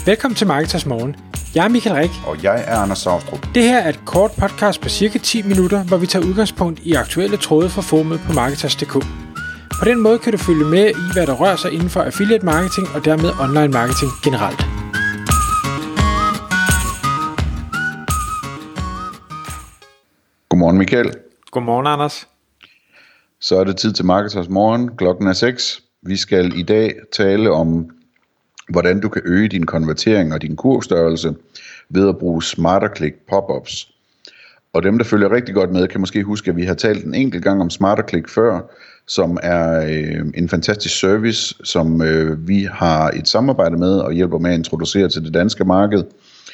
Velkommen til Marketers Morgen. Jeg er Michael Rik. Og jeg er Anders Saustrup. Det her er et kort podcast på cirka 10 minutter, hvor vi tager udgangspunkt i aktuelle tråde fra forumet på Marketers.dk. På den måde kan du følge med i, hvad der rører sig inden for affiliate marketing og dermed online marketing generelt. Godmorgen Michael. Godmorgen Anders. Så er det tid til Marketers Morgen. Klokken er 6. Vi skal i dag tale om, hvordan du kan øge din konvertering og din kursstørrelse ved at bruge SmarterClick pop-ups. Og dem, der følger rigtig godt med, kan måske huske, at vi har talt en enkelt gang om SmarterClick før, som er en fantastisk service, som vi har et samarbejde med og hjælper med at introducere til det danske marked.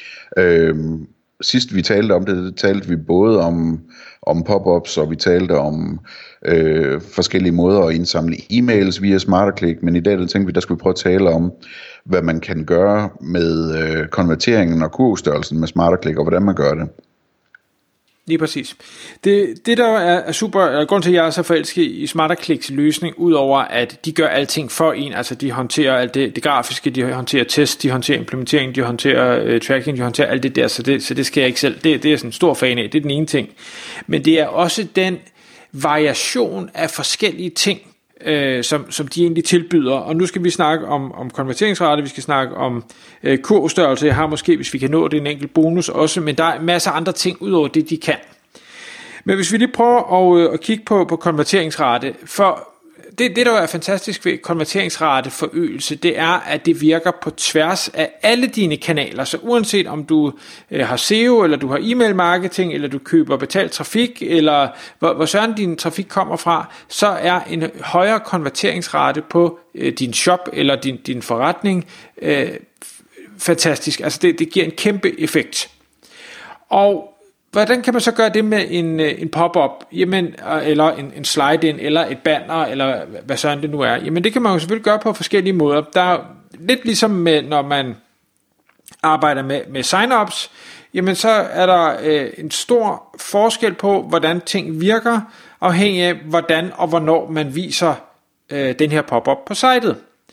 Sidst vi talte om det, talte vi både om pop-ups, og vi talte om forskellige måder at indsamle e-mails via SmarterClick, men i dag tænkte vi, der skulle vi prøve at tale om, hvad man kan gøre med konverteringen og kursstørrelsen med SmarterClick, og hvordan man gør det. Lige præcis. Det der er super, grund til at jeg er så forelsket i SmarterClicks løsning, udover at de gør alting for en, altså de håndterer alt det grafiske, de håndterer test, de håndterer implementering, de håndterer tracking, de håndterer alt det der, så det skal jeg ikke selv, det er sådan en stor fan af, det er den ene ting. Men det er også den variation af forskellige ting, som de egentlig tilbyder. Og nu skal vi snakke om konverteringsrate, vi skal snakke om kursstørrelse. Jeg har måske, hvis vi kan nå det, en enkelt bonus også, men der er masser af andre ting ud over det, de kan. Men hvis vi lige prøver at kigge på konverteringsrate, for det der er fantastisk ved konverteringsrate forøgelse, det er, at det virker på tværs af alle dine kanaler. Så uanset om du har SEO, eller du har e-mail marketing, eller du køber betalt trafik, eller hvor sådan din trafik kommer fra, så er en højere konverteringsrate på din shop eller din forretning fantastisk. Altså det giver en kæmpe effekt. Og hvordan kan man så gøre det med en pop-up, jamen, eller en slide-in, eller et banner, eller hvad sådan det nu er? Jamen det kan man jo selvfølgelig gøre på forskellige måder. Der er lidt ligesom med, når man arbejder med sign-ups, jamen så er der en stor forskel på, hvordan ting virker, afhængig af, hvordan og hvornår man viser den her pop-up på sitet.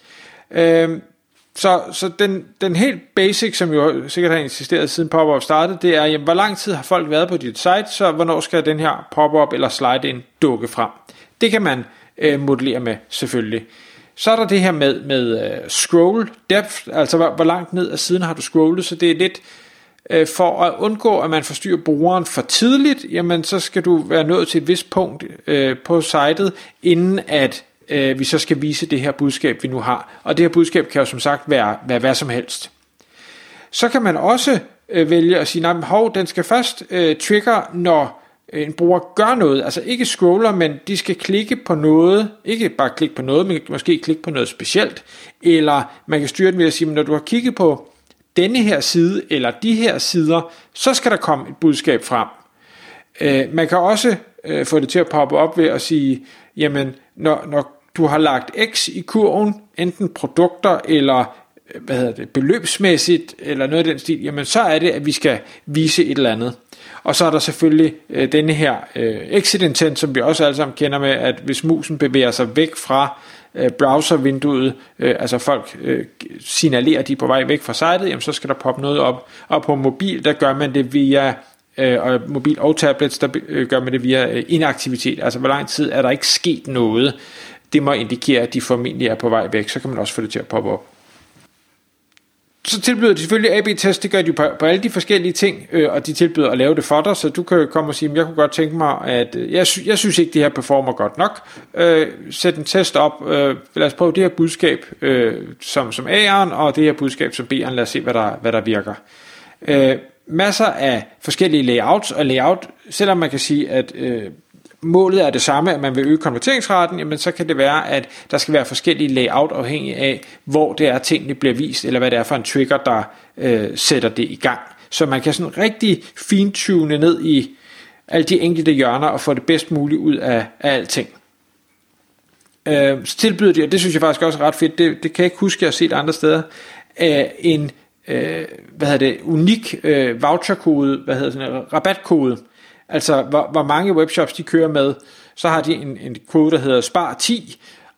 Så den helt basic, som jo sikkert har insisteret siden pop-up startede, det er, jamen, hvor lang tid har folk været på dit site, så hvornår skal den her pop-up eller slide-in dukke frem. Det kan man modellere med, selvfølgelig. Så er der det her med scroll depth, altså hvor langt ned ad siden har du scrollet, så det er lidt for at undgå, at man forstyrrer brugeren for tidligt, jamen så skal du være nået til et vist punkt på sitet, inden at vi så skal vise det her budskab, vi nu har. Og det her budskab kan jo som sagt være hvad som helst. Så kan man også vælge at sige, nej, den skal først trigger, når en bruger gør noget. Altså ikke scroller, men de skal klikke på noget. Ikke bare klikke på noget, men måske klikke på noget specielt. Eller man kan styre den ved at sige, når du har kigget på denne her side, eller de her sider, så skal der komme et budskab frem. Man kan også få det til at poppe op ved at sige, jamen, når du har lagt X i kurven, enten produkter eller beløbsmæssigt, eller noget af den stil, jamen så er det, at vi skal vise et eller andet. Og så er der selvfølgelig denne her exit intent, som vi også alle sammen kender med, at hvis musen bevæger sig væk fra browservinduet, altså folk signalerer, de er på vej væk fra sitet, jamen så skal der poppe noget op. Og på mobil, der gør man det via og mobil og tablets, der gør man det via inaktivitet, altså hvor lang tid er der ikke sket noget. Det må indikere, at de formentlig er på vej væk, så kan man også få det til at poppe op. Så tilbyder de selvfølgelig AB-test, det gør de på alle de forskellige ting, og de tilbyder at lave det for dig, så du kan komme og sige, jeg kunne godt tænke mig, at jeg synes ikke, det her performer godt nok. Sæt en test op, lad os prøve det her budskab som A'eren, og det her budskab som B'eren, lad os se, hvad der virker. Masser af forskellige layouts, og layout, selvom man kan sige, at målet er det samme, at man vil øge konverteringsraten, jamen så kan det være, at der skal være forskellige layout afhængig af, hvor det er, tingene bliver vist, eller hvad det er for en trigger, der sætter det i gang. Så man kan sådan rigtig fintune ned i alle de enkelte hjørner, og få det bedst muligt ud af alting. Så tilbyder de, og det synes jeg faktisk også er ret fedt, det kan jeg ikke huske, jeg har set andre steder, en unik voucherkode, rabatkode. Altså hvor mange webshops de kører med, så har de en kode, der hedder spar 10,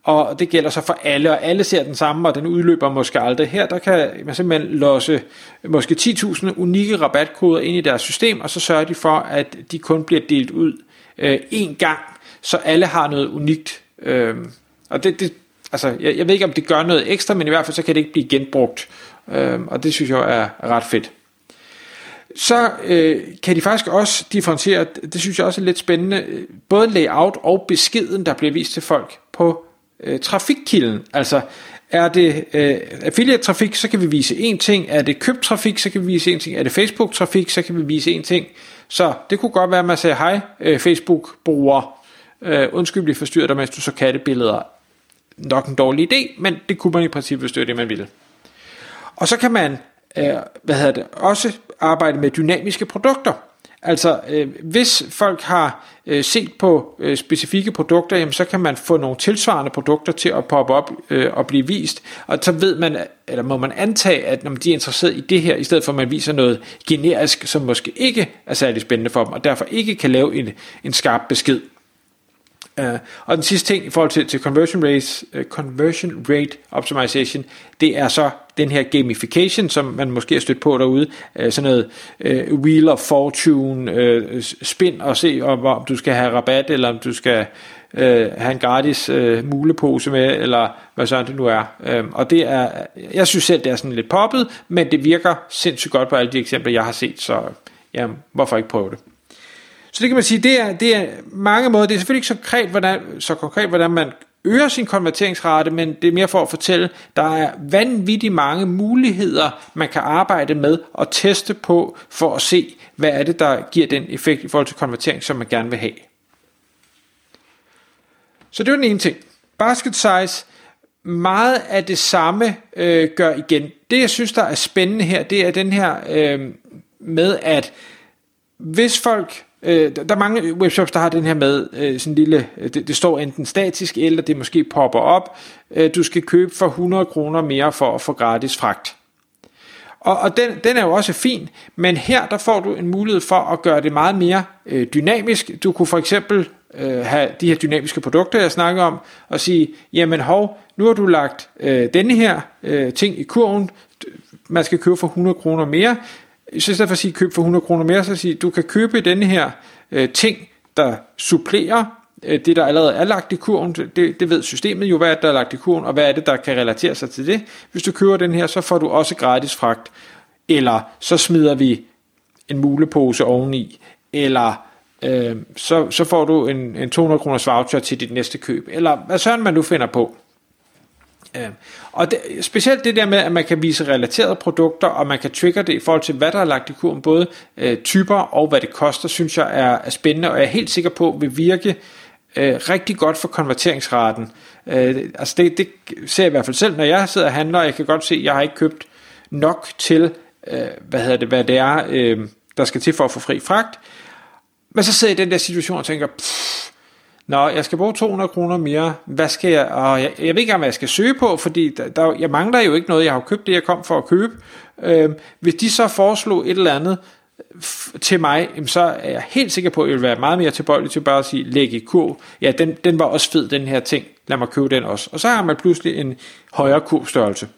og det gælder så for alle, og alle ser den samme, og den udløber måske aldrig. Her der kan man simpelthen låse måske 10.000 unikke rabatkoder ind i deres system, og så sørger de for, at de kun bliver delt ud én gang, så alle har noget unikt. Og altså, jeg ved ikke, om det gør noget ekstra, men i hvert fald så kan det ikke blive genbrugt, og det synes jeg er ret fedt. Så kan de faktisk også differentiere, det synes jeg også er lidt spændende, både layout og beskeden, der bliver vist til folk på trafikkilden. Altså er det affiliate-trafik, så kan vi vise én ting. Er det købt trafik, så kan vi vise én ting. Er det Facebook-trafik, så kan vi vise én ting. Så det kunne godt være, at man sagde, hej Facebook-bruger, undskyld blive forstyrret dig, mens du så kattebilleder. Nok en dårlig idé, men det kunne man i princippet, hvis det var det, man ville. Og så kan man også arbejde med dynamiske produkter. Altså hvis folk har set på specifikke produkter, jamen, så kan man få nogle tilsvarende produkter til at poppe op og blive vist, og så ved man, eller må man antage, at når de er interesseret i det her, i stedet for at man viser noget generisk, som måske ikke er særlig spændende for dem, og derfor ikke kan lave en skarp besked. Og den sidste ting i forhold til conversion rate optimization, det er så den her gamification, som man måske har stødt på derude, sådan noget Wheel of Fortune, spin og se om du skal have rabat, eller om du skal have en gratis mulepose med, eller hvad sådan det nu er. Og det er, jeg synes selv, det er sådan lidt poppet, men det virker sindssygt godt på alle de eksempler, jeg har set, så ja, hvorfor ikke prøve det? Så det kan man sige, det er mange måder. Det er selvfølgelig ikke så konkret, hvordan man øger sin konverteringsrate, men det er mere for at fortælle, der er vanvittigt mange muligheder, man kan arbejde med og teste på, for at se, hvad er det, der giver den effekt i forhold til konvertering, som man gerne vil have. Så det var den ene ting. Basket size, meget af det samme gør igen. Det jeg synes, der er spændende her, det er den her med, at hvis folk... der er mange webshops, der har den her med sådan en lille, det står enten statisk, eller det måske popper op, du skal købe for 100 kroner mere for at få gratis fragt. Og den er jo også fin, men her der får du en mulighed for at gøre det meget mere dynamisk. Du kunne for eksempel have de her dynamiske produkter, jeg snakker om, og sige, jamen nu har du lagt denne her ting i kurven, man skal købe for 100 kroner mere. Så i stedet for at sige køb for 100 kroner mere, så sige, du kan købe denne her ting, der supplerer det, der allerede er lagt i kurven. Det ved systemet jo, hvad er det, der er lagt i kurven, og hvad er det, der kan relatere sig til det. Hvis du køber den her, så får du også gratis fragt, eller så smider vi en mulepose oveni, eller så får du en 200 kroners voucher til dit næste køb, eller hvad sådan man nu finder på. Og specielt det der med, at man kan vise relaterede produkter, og man kan trigge det i forhold til, hvad der er lagt i kurven, både typer og hvad det koster, synes jeg er spændende, og jeg er helt sikker på, vil virke rigtig godt for konverteringsraten. Altså det ser jeg i hvert fald selv, når jeg sidder og handler, og jeg kan godt se, at jeg har ikke købt nok til, hvad det er, der skal til for at få fri fragt. Men så sidder jeg i den der situation og tænker, jeg skal bruge 200 kroner mere, hvad skal jeg, og jeg ved ikke, hvad jeg skal søge på, fordi jeg mangler jo ikke noget, jeg har købt det, jeg kom for at købe. Hvis de så foreslog et eller andet til mig, så er jeg helt sikker på, at jeg vil være meget mere tilbøjelig til bare at sige, læg i kurv. Ja, den var også fed, den her ting, lad mig købe den også. Og så har man pludselig en højere kurvstørrelse.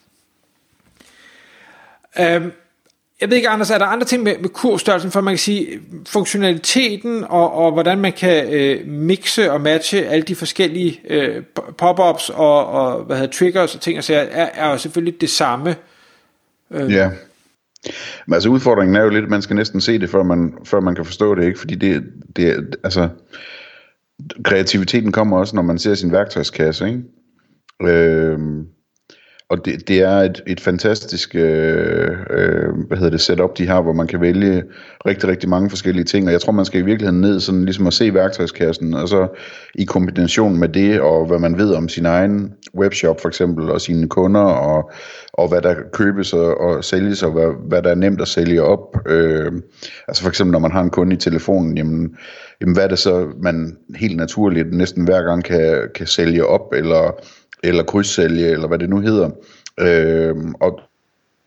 Jeg ved ikke, Anders, er der andre ting med kurvstørrelsen, for man kan sige, funktionaliteten og hvordan man kan mixe og matche alle de forskellige pop-ups og triggers og ting og sager, er jo selvfølgelig det samme. Ja, men altså udfordringen er jo lidt, at man skal næsten se det, før man kan forstå det, ikke? Fordi det altså, kreativiteten kommer også, når man ser sin værktøjskasse, ikke? Og det er et fantastisk setup, de har, hvor man kan vælge rigtig, rigtig mange forskellige ting, og jeg tror, man skal i virkeligheden ned sådan ligesom at se værktøjskassen, og så i kombination med det, og hvad man ved om sin egen webshop for eksempel, og sine kunder, og hvad der købes og sælges, og hvad der er nemt at sælge op. Altså for eksempel, når man har en kunde i telefonen, jamen hvad er det så, man helt naturligt næsten hver gang kan sælge op, eller krydssælge, eller hvad det nu hedder.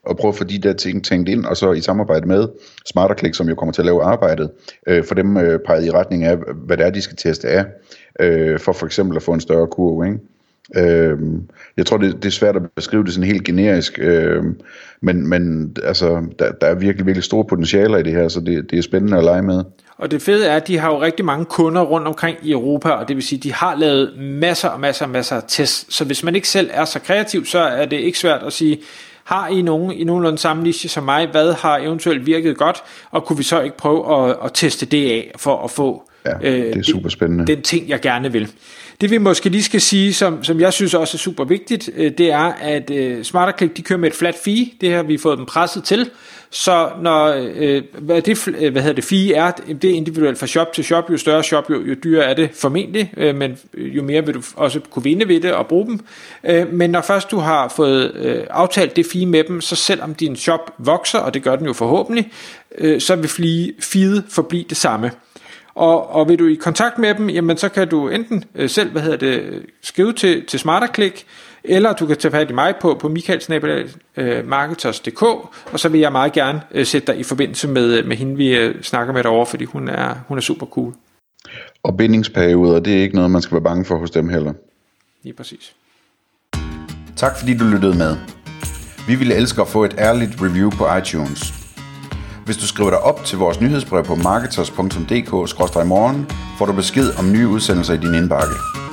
og prøve at få de der ting tænkt ind, og så i samarbejde med SmarterClick, som jo kommer til at lave arbejdet, for dem peget i retning af, hvad det er, de skal teste af, for eksempel at få en større kurve, ikke? Jeg tror det er svært at beskrive det sådan helt generisk, men altså der er virkelig, virkelig store potentialer i det her, så det er spændende at lege med. Og det fede er, at de har jo rigtig mange kunder rundt omkring i Europa, og det vil sige, at de har lavet masser af tests, så hvis man ikke selv er så kreativ, så er det ikke svært at sige, har I nogen i nogenlunde samme niche som mig, hvad har eventuelt virket godt, og kunne vi så ikke prøve at teste det af, for at få det er super spændende. Den ting, jeg gerne vil. Det vi måske lige skal sige, som jeg synes også er super vigtigt, det er, at SmarterClick, de kører med et flat fee. Det har vi fået dem presset til. Så når fee er, det er individuelt fra shop til shop. Jo større shop, jo dyrere er det formentlig, men jo mere vil du også kunne vinde ved det og bruge dem. Men når først du har fået aftalt det fee med dem, så selvom din shop vokser, og det gør den jo forhåbentlig, så vil feedet forblive det samme. Og vil du i kontakt med dem, jamen så kan du enten selv, skrive til SmarterClick, eller du kan tage fat i mig på michael@marketers.dk, og så vil jeg meget gerne sætte dig i forbindelse med hende, vi snakker med derovre, fordi hun er super cool. Og bindingsperioder, det er ikke noget, man skal være bange for hos dem heller. Lige præcis. Tak fordi du lyttede med. Vi ville elske at få et ærligt review på iTunes. Hvis du skriver dig op til vores nyhedsbrev på marketers.dk/morgen, får du besked om nye udsendelser i din indbakke.